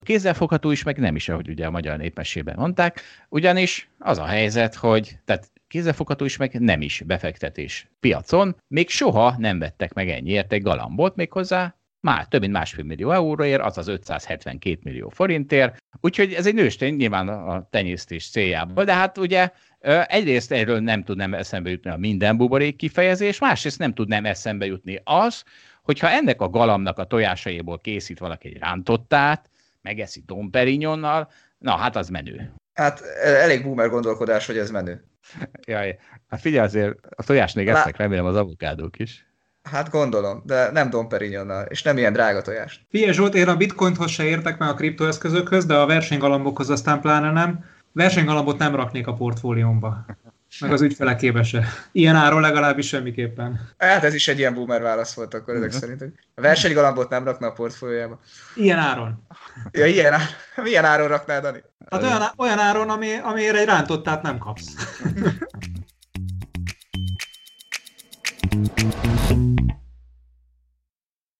Kézzelfogható is, meg nem is, ahogy ugye a magyar népmesében mondták, ugyanis az a helyzet, hogy tehát kézzelfogható is, meg nem is befektetés piacon, még soha nem vettek meg ennyiért egy galambot, méghozzá már több mint 1,5 millió euróért, azaz 572 millió forintért, úgyhogy ez egy nőstény nyilván a tenyésztés céljából, de hát ugye egyrészt erről nem tudnám eszembe jutni a minden buborék kifejezés, másrészt nem tudnám eszembe jutni az, hogyha ennek a galambnak a tojásaiból készít valaki egy rántottát, megeszi Dom Perignonnal, na hát az menő. Hát elég boomer gondolkodás, hogy ez menő. Jaj, hát figyelj azért, a tojást még esznek, remélem az avokádók is. Hát gondolom, de nem Dom Perignonnal, és nem ilyen drága tojást. Figyelj Zsolt, én a bitcointhoz se értek meg a kriptoeszközökhöz, de a versenygalambokhoz aztán pláne nem. Versenygalambot nem raknék a portfóliómba. Meg az ügyfelekébe se. Ilyen áron legalábbis semmiképpen. Hát ez is egy ilyen boomer válasz volt akkor ezek szerint, hogy a versenygalambot nem rakna a portfóliójába. Ilyen áron. Ja, milyen áron raknád, Dani? Hát olyan áron, amiért egy rántottát nem kapsz.